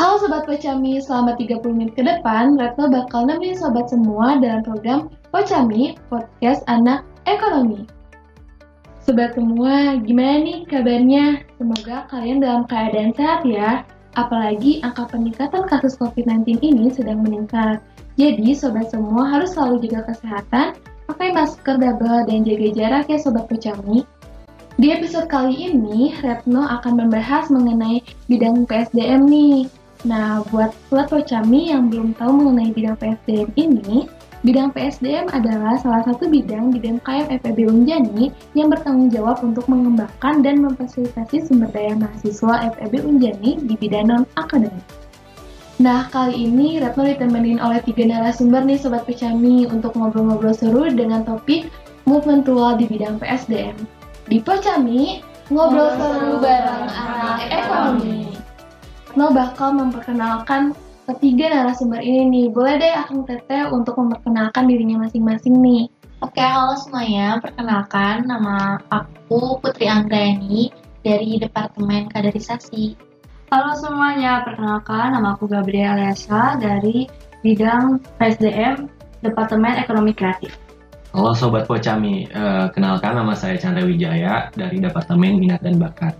Halo Sobat Pocami, selama 30 menit ke depan, Retno bakal nemenin Sobat semua dalam program Pocami, Podcast Anak Ekonomi. Sobat semua, gimana nih kabarnya? Semoga kalian dalam keadaan sehat ya. Apalagi angka peningkatan kasus COVID-19 ini sedang meningkat. Jadi, Sobat semua harus selalu jaga kesehatan, pakai masker double, dan jaga jarak ya Sobat Pocami. Di episode kali ini, Retno akan membahas mengenai bidang PSDM nih. Nah, buat Sobat Pocami yang belum tahu mengenai bidang PSDM ini, bidang PSDM adalah salah satu bidang di BEM-KM FEB Unjani yang bertanggung jawab untuk mengembangkan dan memfasilitasi sumber daya mahasiswa FEB Unjani di bidang non-akademik. Nah, kali ini Retno ditemenin oleh 3 narasumber nih Sobat Pocami untuk ngobrol-ngobrol seru dengan topik movement tua di bidang PSDM. Di Pocami, ngobrol seru bareng anak ekonomi. Retno bakal memperkenalkan ketiga narasumber ini nih. Boleh deh Akang Teteh untuk memperkenalkan dirinya masing-masing nih. Oke, halo semuanya. Perkenalkan, nama aku Putri Anggreni dari Departemen Kaderisasi. Halo semuanya, perkenalkan nama aku Gabriela Lesa dari bidang PSDM Departemen Ekonomi Kreatif. Halo Sobat Pocami, kenalkan nama saya Chandra Wijaya dari Departemen Minat dan Bakat.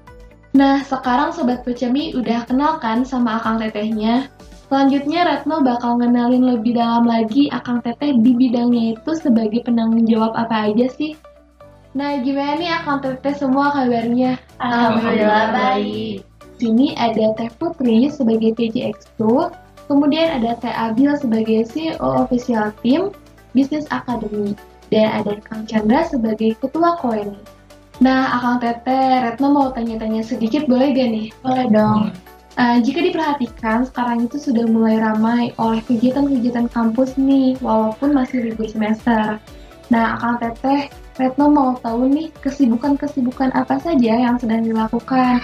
Nah, sekarang Sobat Pocami udah kenal kan sama Akang Tetehnya? Selanjutnya Retno bakal ngenalin lebih dalam lagi Akang Teteh di bidangnya itu sebagai penanggung jawab apa aja sih? Nah, gimana nih Akang Teteh semua kabarnya? Alhamdulillah baik. Sini ada Teh Putri sebagai PJ Expo, kemudian ada Teh Abil sebagai CEO Official Team Bisnis Academy, dan ada Kang Chandra sebagai Ketua Koeni. Nah, Akang Teteh, Retno mau tanya-tanya sedikit boleh gak nih? Boleh dong. Jika diperhatikan, sekarang itu sudah mulai ramai oleh kegiatan-kegiatan kampus nih, walaupun masih libur semester. Nah, Akang Teteh, Retno mau tahu nih kesibukan-kesibukan apa saja yang sedang dilakukan.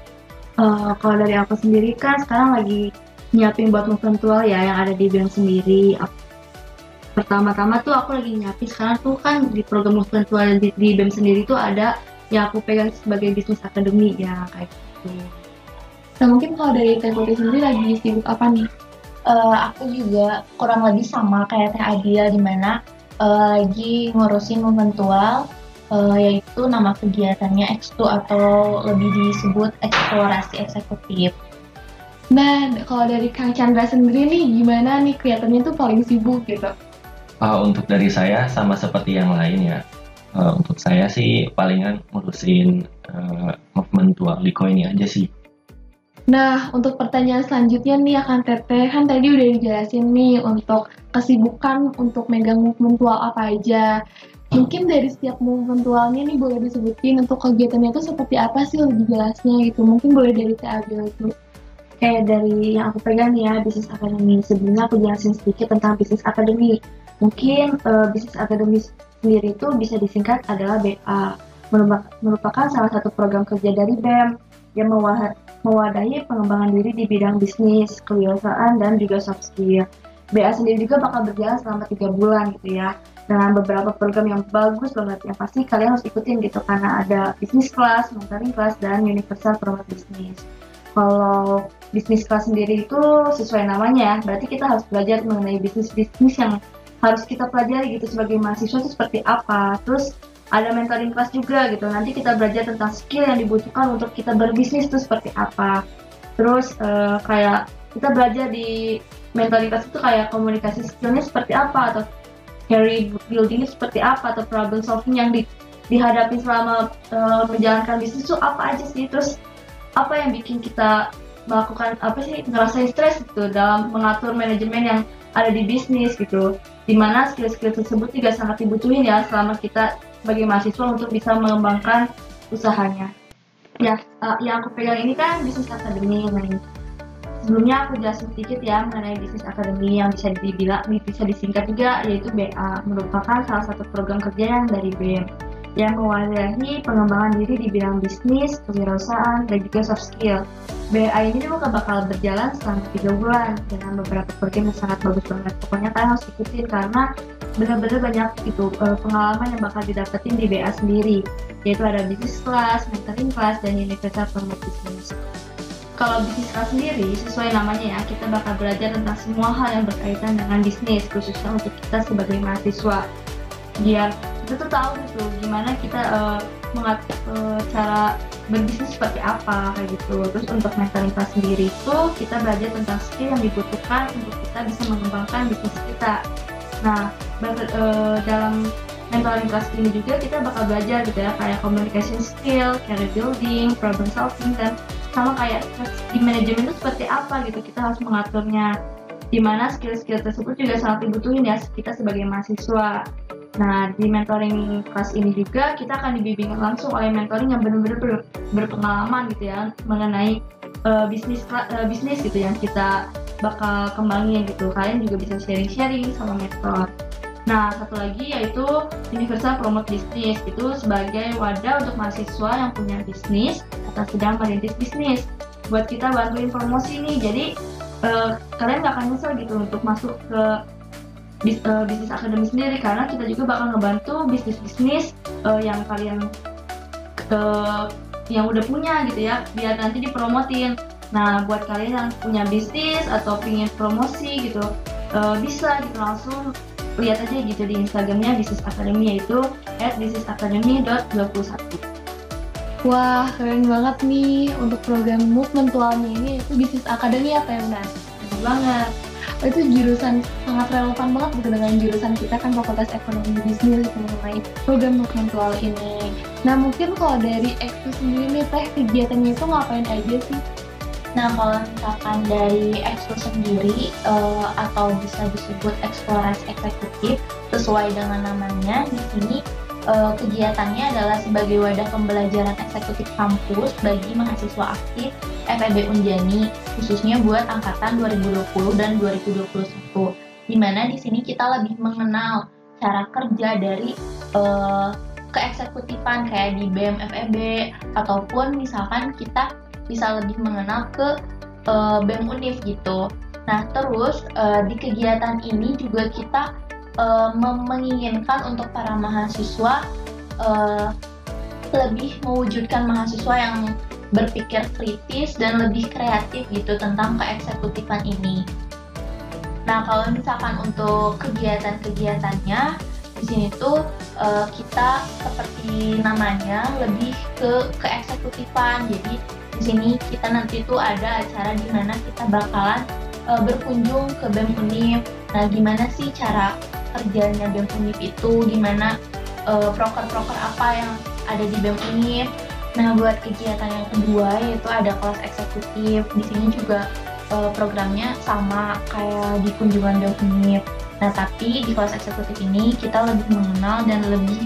Kalau dari aku sendiri kan sekarang lagi nyiapin buat movement tua ya yang ada di BEM sendiri. Pertama-tama tuh aku lagi nyiapin sekarang tuh kan di program movement tua di BEM sendiri tuh ada yang aku pegang sebagai bisnis akademi ya kayak gitu. Nah, mungkin kalau dari Teh Putri sendiri lagi sibuk apa nih? Aku juga kurang lebih sama kayak Teh Adil, di mana lagi ngurusin momentual, yaitu nama kegiatannya X2 atau lebih disebut eksplorasi eksekutif. Nah, kalau dari Kang Chandra sendiri nih, gimana nih kelihatannya tuh paling sibuk gitu? Untuk dari saya sama seperti yang lain ya. Untuk saya sih palingan ngurusin movement tua di Koeni aja sih. Nah, untuk pertanyaan selanjutnya nih Akang Teteh, kan tadi udah dijelasin nih untuk kesibukan untuk megang movement tua apa aja. Mungkin dari setiap movement tualnya nih boleh disebutin untuk kegiatannya itu seperti apa sih lebih jelasnya gitu. Mungkin boleh dari Teh Abil dulu. Kayak dari yang aku pegang nih ya, bisnis akademi. Sebelumnya aku jelasin sedikit tentang bisnis akademi. Mungkin bisnis akademi sendiri itu bisa disingkat adalah BA. Merupakan salah satu program kerja dari BEM yang mewadahi pengembangan diri di bidang bisnis, kewirausahaan, dan juga soft skill. BA sendiri juga bakal berjalan selama 3 bulan gitu ya, dengan beberapa program yang bagus banget, yang pasti kalian harus ikutin gitu, karena ada bisnis class, mentoring class, dan universal promote bisnis. Kalau bisnis kelas sendiri itu sesuai namanya, berarti kita harus belajar mengenai bisnis-bisnis yang harus kita pelajari gitu sebagai mahasiswa itu seperti apa. Terus ada mentoring kelas juga gitu, nanti kita belajar tentang skill yang dibutuhkan untuk kita berbisnis itu seperti apa. Terus kayak kita belajar di mentoring kelas itu kayak komunikasi skillnya seperti apa, atau career buildingnya seperti apa, atau problem solving yang dihadapi selama menjalankan bisnis itu apa aja sih. Terus apa yang bikin kita melakukan ngerasain stres gitu dalam mengatur manajemen yang ada di bisnis gitu, dimana skill-skill tersebut juga sangat dibutuhin ya selama kita sebagai mahasiswa untuk bisa mengembangkan usahanya ya. Yang aku pegang ini kan bisnis akademi. Sebelumnya aku jelasin sedikit ya mengenai bisnis akademi yang bisa disingkat juga, yaitu BA. Merupakan salah satu program kerja yang dari BEM yang mewadahi pengembangan diri di bidang bisnis, kewirausahaan, dan juga soft skill. BA ini juga bakal berjalan selama 3 bulan dengan beberapa program yang sangat bagus banget. Pokoknya kalian harus ikutin karena benar-benar banyak pengalaman yang bakal didapetin di BA sendiri, yaitu ada business class, mentoring class, dan universal promote business. Kalau bisnis kelas sendiri, sesuai namanya ya, kita bakal belajar tentang semua hal yang berkaitan dengan bisnis, khususnya untuk kita sebagai mahasiswa. Biar kita tuh tahu gitu, gimana kita cara berbisnis seperti apa, kayak gitu. Terus untuk mentoring kelas sendiri itu, kita belajar tentang skill yang dibutuhkan untuk kita bisa mengembangkan bisnis kita. Nah, dalam mentoring kelas ini juga kita bakal belajar gitu ya, kayak communication skill, career building, problem solving, dan sama kayak di manajemen itu seperti apa gitu, kita harus mengaturnya. Dimana skill-skill tersebut juga sangat dibutuhin ya kita sebagai mahasiswa. Nah, di mentoring kelas ini juga kita akan dibimbing langsung oleh mentoring yang benar-benar berpengalaman gitu ya mengenai bisnis gitu yang kita bakal kembangin gitu. Kalian juga bisa sharing-sharing sama mentor. Nah, satu lagi yaitu Universal Promote Business, itu sebagai wadah untuk mahasiswa yang punya bisnis atau sedang merintis bisnis. Buat kita bantuin promosi nih, jadi kalian gak akan nyesel gitu untuk masuk ke bisnis akademi sendiri, karena kita juga bakal ngebantu bisnis-bisnis yang kalian yang udah punya gitu ya, biar nanti dipromotin. Nah, buat kalian yang punya bisnis atau pengen promosi gitu, bisa gitu langsung lihat aja gitu di Instagramnya Bisnis Academy, yaitu @bisnisacademy.21. Wah, keren banget nih untuk program movementualnya ini, yaitu Bisnis Academy apa ya benar? Keren banget. Itu jurusan sangat relevan banget gitu dengan jurusan kita kan Fakultas Ekonomi Bisnis mengenai program movementual ini. Nah, mungkin kalau dari Expo sendiri nih Teh, kegiatannya itu ngapain aja sih? Nah, kalau misalkan dari Expo sendiri atau bisa disebut eksplorasi eksekutif, sesuai dengan namanya, di sini kegiatannya adalah sebagai wadah pembelajaran eksekutif kampus bagi mahasiswa aktif FEB Unjani, khususnya buat angkatan 2020 dan 2021. Di mana di sini kita lebih mengenal cara kerja dari keeksekutifan kayak di BEM FEB, ataupun misalkan kita bisa lebih mengenal ke BEM Univ gitu. Nah, terus di kegiatan ini juga kita menginginkan untuk para mahasiswa lebih mewujudkan mahasiswa yang berpikir kritis dan lebih kreatif gitu tentang keeksekutifan ini. Nah, kalau misalkan untuk kegiatan-kegiatannya di sini tuh kita seperti namanya lebih ke keeksekutifan. Jadi di sini kita nanti tuh ada acara di mana kita bakalan berkunjung ke BEM Univ. Nah, gimana sih cara kerjanya BEM Univ itu, gimana proker-proker apa yang ada di BEM Univ. Nah, buat kegiatan yang kedua yaitu ada kelas eksekutif. Di sini juga programnya sama kayak di kunjungan BEM Univ. Nah, tapi di kelas eksekutif ini kita lebih mengenal dan lebih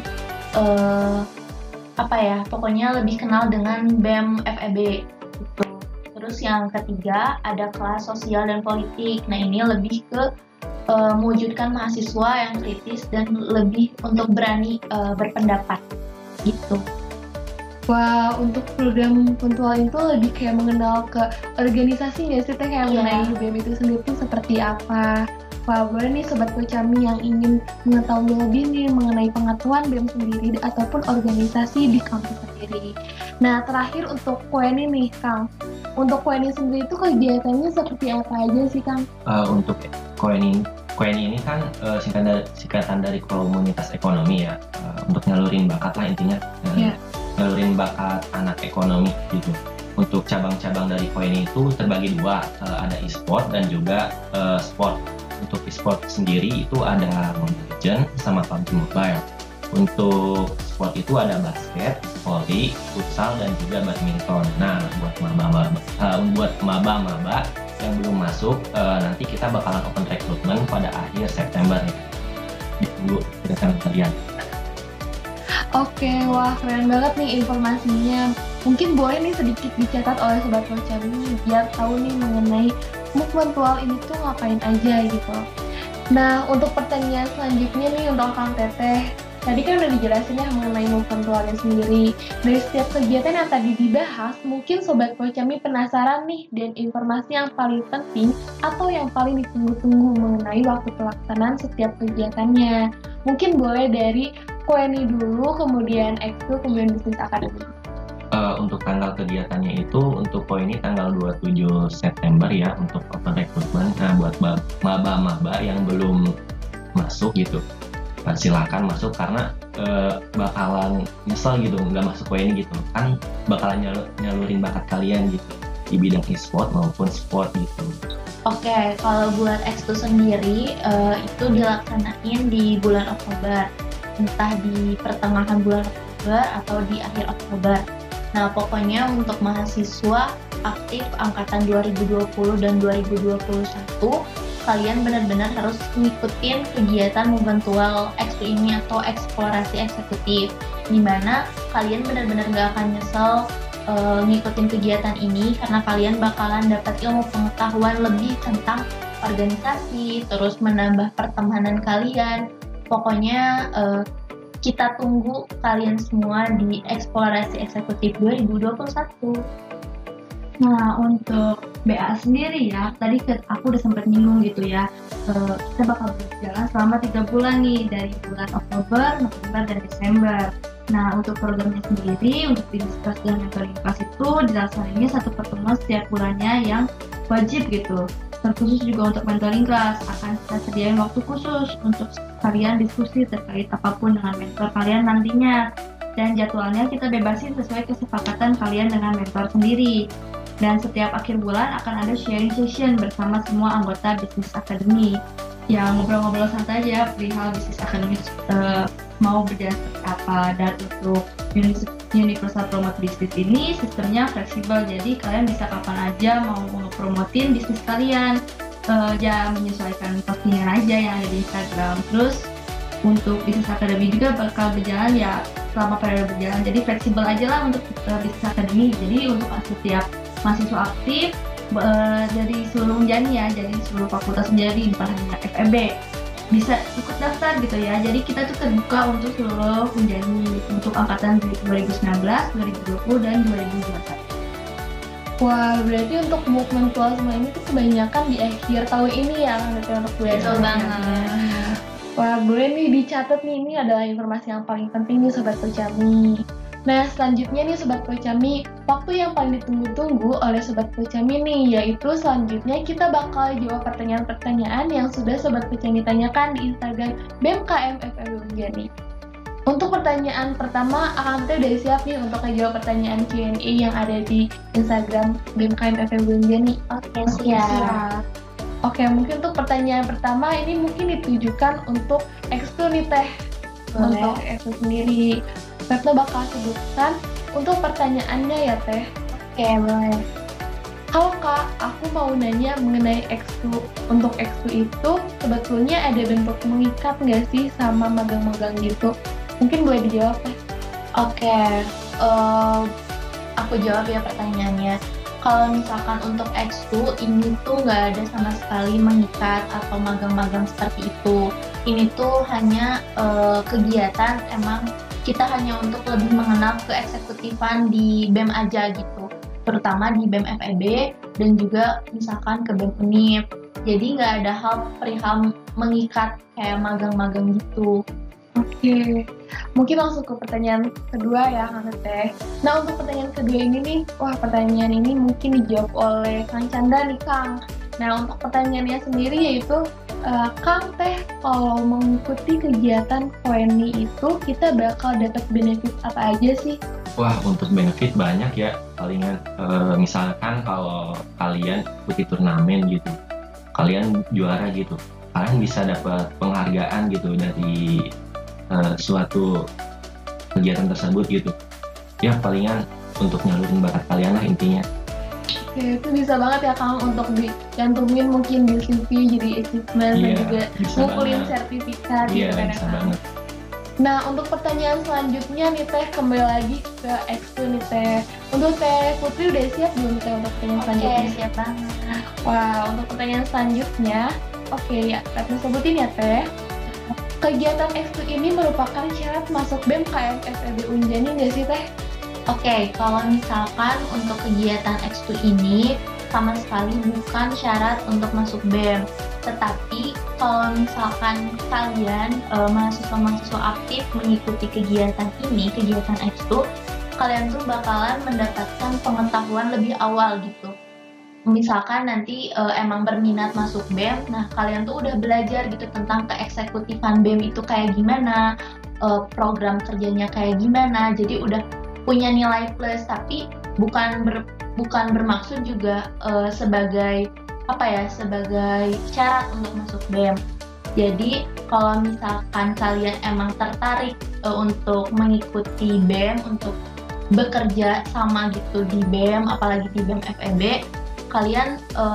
pokoknya lebih kenal dengan BEM FEB gitu. Terus yang ketiga ada kelas sosial dan politik. Nah, ini lebih ke mewujudkan mahasiswa yang kritis dan lebih untuk berani berpendapat gitu. Wah, untuk program puntual itu lebih kayak mengenal ke organisasinya sih Teh, kayak mengenai BEM itu sendiri itu seperti apa. Wah, boleh nih Sobat Kocami yang ingin mengetahui lebih nih mengenai pengetahuan BEM sendiri ataupun organisasi di kampus sendiri. Nah, terakhir untuk Koeni nih, Kang. Untuk Koeni sendiri itu kegiatannya seperti apa aja sih, Kang? Untuk Koeni ini kan singkatan dari komunitas ekonomi ya, untuk nyalurin bakat lah intinya. Nyalurin bakat anak ekonomi gitu. Untuk cabang-cabang dari Koeni itu terbagi dua, ada e-sport dan juga sport. Untuk e-sport sendiri itu ada Mobile Legends sama PUBG Mobile. Untuk sport itu ada basket, volley, futsal, dan juga badminton. Nah, buat maba-maba yang belum masuk, nanti kita bakalan open recruitment pada akhir September ya. Ditunggu kedatangan kalian. Oke, wah keren banget nih informasinya. Mungkin boleh nih sedikit dicatat oleh Sobat Kocami biar tahu nih mengenai movementual ini tuh ngapain aja gitu. Nah, untuk pertanyaan selanjutnya nih untuk Kang Teteh. Tadi kan udah dijelasin ya mengenai movementualnya sendiri. Dari setiap kegiatan yang tadi dibahas, mungkin Sobat Kocami penasaran nih dan informasi yang paling penting atau yang paling ditunggu-tunggu mengenai waktu pelaksanaan setiap kegiatannya. Mungkin boleh dari Koeni dulu, kemudian Exco, kemudian Bisnis Academy. Untuk tanggal kegiatannya itu untuk ini tanggal 27 September ya untuk open recruitment. Nah, buat maba-maba yang belum masuk gitu, silakan masuk karena bakalan nyesel gitu nggak masuk ini gitu kan, bakalan nyalurin bakat kalian gitu di bidang e-sport maupun sport gitu. Oke, kalau buat X2 sendiri itu dilaksanain di bulan Oktober, entah di pertengahan bulan Oktober atau di akhir Oktober. Nah, pokoknya untuk mahasiswa aktif angkatan 2020 dan 2021, kalian benar-benar harus ngikutin kegiatan Moventual X2 ini atau eksplorasi eksekutif, di mana kalian benar-benar gak akan nyesel ngikutin kegiatan ini karena kalian bakalan dapat ilmu pengetahuan lebih tentang organisasi, terus menambah pertemanan kalian. Pokoknya kita tunggu kalian semua di eksplorasi eksekutif 2021. Nah, untuk BA sendiri ya, tadi aku udah sempat nyinggung gitu ya, kita bakal berjalan selama 3 bulan nih, dari bulan Oktober, November, dan Desember. Nah, untuk programnya sendiri, untuk bisnis kelas dan mentoring kelas itu dilaksanainnya 1 pertemuan setiap bulannya yang wajib gitu. Terkhusus juga untuk mentoring kelas, akan kita sediain waktu khusus untuk kalian diskusi terkait apapun dengan mentor kalian nantinya. Dan jadwalnya kita bebasin sesuai kesepakatan kalian dengan mentor sendiri. Dan setiap akhir bulan akan ada sharing session bersama semua anggota bisnis akademi yang ngobrol-ngobrol santai aja perihal bisnis akademi mau berjalan seperti apa. Dan untuk Universal Promote Business ini sistemnya fleksibel, jadi kalian bisa kapan aja mau ngepromotin bisnis kalian, ya menyesuaikan postingan aja yang ada di Instagram. Terus untuk bisnis akademi juga bakal berjalan ya selama periode berjalan, jadi fleksibel aja lah untuk bisnis akademi. Jadi untuk setiap mahasiswa aktif dari seluruh unjani ya, jadi seluruh fakultas unjani, bukan hanya FEB, bisa ikut daftar gitu ya. Jadi kita tuh terbuka untuk seluruh unjani untuk angkatan 2019, 2020, dan 2021. Wah, berarti untuk Moventual semua ini tuh kebanyakan di akhir tahun ini ya, untuk gue. Betul banget. Wah, gue nih dicatat nih, ini adalah informasi yang paling penting nih Sobat Pocami. Nah, selanjutnya nih Sobat Pocami, waktu yang paling ditunggu-tunggu oleh Sobat Pocami nih, yaitu selanjutnya kita bakal jawab pertanyaan-pertanyaan yang sudah Sobat Pocami tanyakan di Instagram BMKM FEB Unjani. Untuk pertanyaan pertama, Akang Teh udah siap nih untuk menjawab pertanyaan Q&A yang ada di Instagram BMKM FEB Unjani. Oke, siap. Oke, mungkin untuk pertanyaan pertama ini mungkin ditujukan untuk X2 nih Teh. Untuk X2 sendiri, Retno bakal sebutkan untuk pertanyaannya ya Teh. Oke, boleh. Halo Kak, aku mau nanya mengenai X2. Untuk X2 itu sebetulnya ada bentuk mengikat nggak sih sama magang-magang gitu? Mungkin boleh dijawab Teh. Oke, aku jawab ya pertanyaannya. Kalau misalkan untuk X2 ini tuh nggak ada sama sekali mengikat atau magang-magang seperti itu. Ini tuh hanya kegiatan, emang kita hanya untuk lebih mengenal keeksekutifan di BEM aja gitu, terutama di BEM FEB dan juga misalkan ke BEM UNIF. Jadi nggak ada hal perihal mengikat kayak magang-magang gitu. Oke, mungkin langsung ke pertanyaan kedua ya Kang Teh. Nah, untuk pertanyaan kedua ini nih, wah pertanyaan ini mungkin dijawab oleh Kang Chandra nih Kang. Nah, untuk pertanyaannya sendiri yaitu, Kang Teh, kalau mengikuti kegiatan KOENI itu kita bakal dapat benefit apa aja sih? Wah, untuk benefit banyak ya. Palingan misalkan kalau kalian ikuti turnamen gitu, kalian juara gitu, kalian bisa dapat penghargaan gitu dari suatu kegiatan tersebut gitu. Ya palingan untuk nyalurin bakat kalian lah intinya. Oke, itu bisa banget ya Kang untuk dicantumin mungkin di CV jadi achievement dan juga ngumpulin sertifikat gitu kan ya Kang. Banget. Nah, untuk pertanyaan selanjutnya nih Teh, kembali lagi ke X2 nih Teh. Untuk Teh Putri udah siap belum Teh untuk pertanyaan selanjutnya? Oke, siap banget. Wah, untuk pertanyaan selanjutnya, oke ya, Retno sebutin ya Teh. Kegiatan X2 ini merupakan syarat masuk BEM KM FEB Unjani nggak sih Teh? Oke, kalau misalkan untuk kegiatan X2 ini sama sekali bukan syarat untuk masuk BEM. Tetapi kalau misalkan kalian mahasiswa-mahasiswa aktif mengikuti kegiatan ini, kegiatan X2, kalian tuh bakalan mendapatkan pengetahuan lebih awal gitu. Misalkan nanti emang berminat masuk BEM, nah kalian tuh udah belajar gitu tentang keeksekutivan BEM itu kayak gimana, program kerjanya kayak gimana, jadi udah punya nilai plus. Tapi bukan bermaksud juga sebagai sebagai syarat untuk masuk BEM. Jadi kalau misalkan kalian emang tertarik untuk mengikuti BEM, untuk bekerja sama gitu di BEM, apalagi di BEM FEB, kalian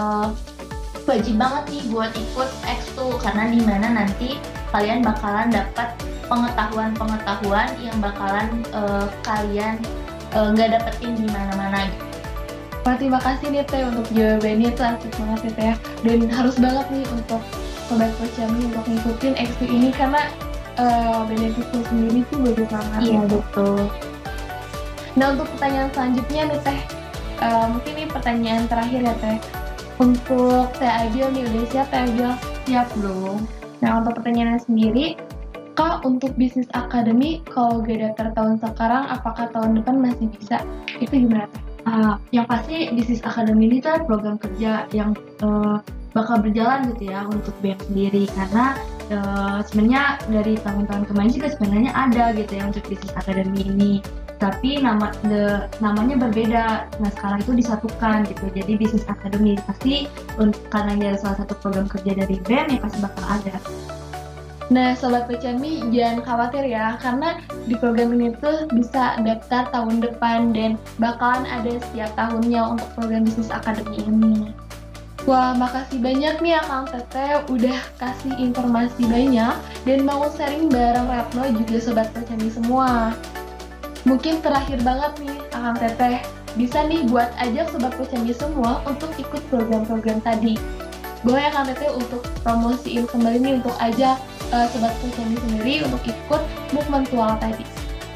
wajib banget nih buat ikut X2, karena di mana nanti kalian bakalan dapat pengetahuan yang bakalan kalian nggak dapetin di mana-mana gitu. Wah, terima kasih nih Teh untuk jawabannya, itu asik banget ya Teh. Dan harus banget nih untuk Sobat Pocami untuk ngikutin X2 ini karena benefitnya sendiri tuh bagus banget. Iya betul. Nah, untuk pertanyaan selanjutnya nih Teh, mungkin ini pertanyaan terakhir ya Teh. Untuk Teh Abil nih, udah siap Teh Abil? Siap belum? Nah, untuk pertanyaannya sendiri, Kak, untuk bisnis akademi kalau gak daftar tahun sekarang, apakah tahun depan masih bisa? Itu gimana Teh? Yang pasti bisnis akademi ini kan program kerja yang bakal berjalan gitu ya untuk BEM sendiri, karena sebenarnya dari tahun-tahun kemarin juga sebenarnya ada gitu ya untuk bisnis akademi ini, tapi namanya berbeda. Nah sekarang itu disatukan gitu, jadi bisnis akademi pasti karena ini ada salah satu program kerja dari BEM yang pasti bakal ada. Nah, Sobat Pocami jangan khawatir ya, karena di program ini tuh bisa daftar tahun depan dan bakalan ada setiap tahunnya untuk program bisnis akademi ini. Wah, makasih banyak nih Akang Teteh udah kasih informasi banyak dan mau sharing bareng Retno juga Sobat Pocami semua. Mungkin terakhir banget nih Akang Teteh, bisa nih buat ajak Sobat Pocami semua untuk ikut program-program tadi. Boleh Akang Teteh untuk promosiin kembali nih untuk ajak Sobat Pocami sendiri untuk ikut movement virtual tadi.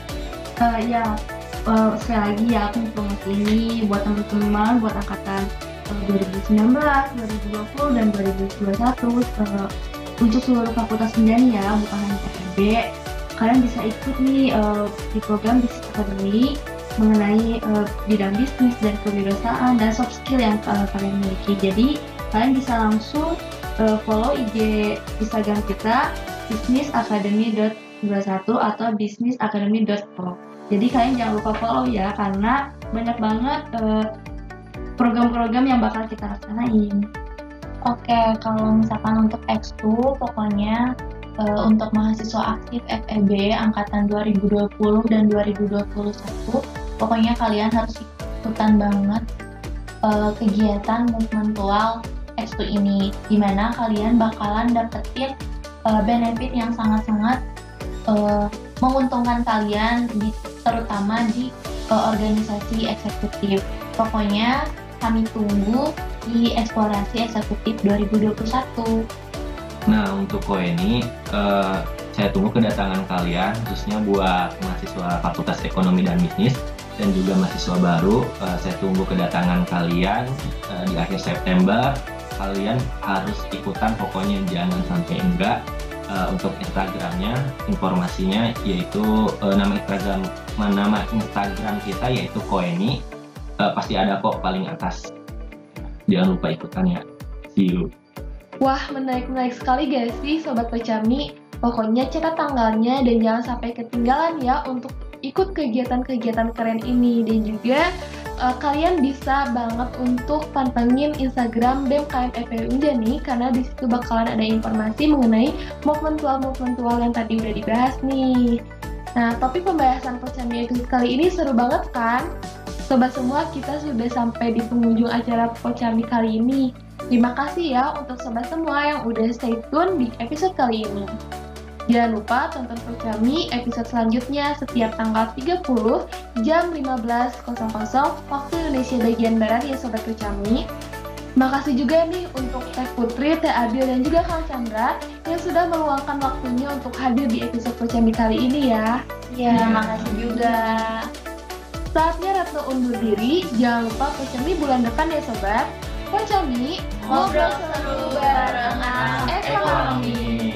Sekali lagi ya aku promosi ini buat teman-teman, buat angkatan 2019, 2020, dan 2021 untuk seluruh fakultas pendidikan ya, bukan hanya FEB. Kalian bisa ikut nih di program bisnis akademi mengenai bidang bisnis dan kewirausahaan dan soft skill yang kalian miliki. Jadi kalian bisa langsung follow IG Instagram kita businessacademy.21 atau businessacademy.co. Jadi kalian jangan lupa follow ya, karena banyak banget program-program yang bakal kita laksanain. Oke, kalau misalkan untuk X2 pokoknya untuk mahasiswa aktif FEB angkatan 2020 dan 2021 pokoknya kalian harus ikutan banget kegiatan movement virtual X2 ini, dimana kalian bakalan dapetin benefit yang sangat-sangat menguntungkan kalian terutama di organisasi eksekutif. Pokoknya kami tunggu di eksplorasi eksekutif 2021. Nah, untuk ini saya tunggu kedatangan kalian, khususnya buat mahasiswa Fakultas Ekonomi dan Bisnis dan juga mahasiswa baru. Saya tunggu kedatangan kalian di akhir September. Kalian harus ikutan, pokoknya jangan sampai enggak. Untuk Instagramnya, informasinya yaitu nama Instagram kita yaitu Koeni. Pasti ada kok paling atas. Jangan lupa ikutan ya. See you. Wah, menarik sekali guys sih Sobat Pocami. Pokoknya catat tanggalnya dan jangan sampai ketinggalan ya untuk ikut kegiatan-kegiatan keren ini. Dan juga kalian bisa banget untuk pantengin Instagram BEM KM FEB Unjani, karena di situ bakalan ada informasi mengenai movement virtual yang tadi udah dibahas nih. Nah, topik pembahasan Pocami episode kali ini seru banget kan? Sobat semua, kita sudah sampai di penghujung acara Pocami kali ini. Terima kasih ya untuk sobat semua yang udah stay tune di episode kali ini. Jangan lupa tonton Pocami episode selanjutnya setiap tanggal 30 jam 15.00 waktu Indonesia bagian Barat ya Sobat Pocami. Makasih juga nih untuk Teh Putri, Teh Adil, dan juga Kang Chandra yang sudah meluangkan waktunya untuk hadir di episode Pocami kali ini ya. Ya, makasih juga. Saatnya Retno undur diri, jangan lupa Pocami bulan depan ya Sobat. Pocami, ngobrol seru bareng anak ekonomi.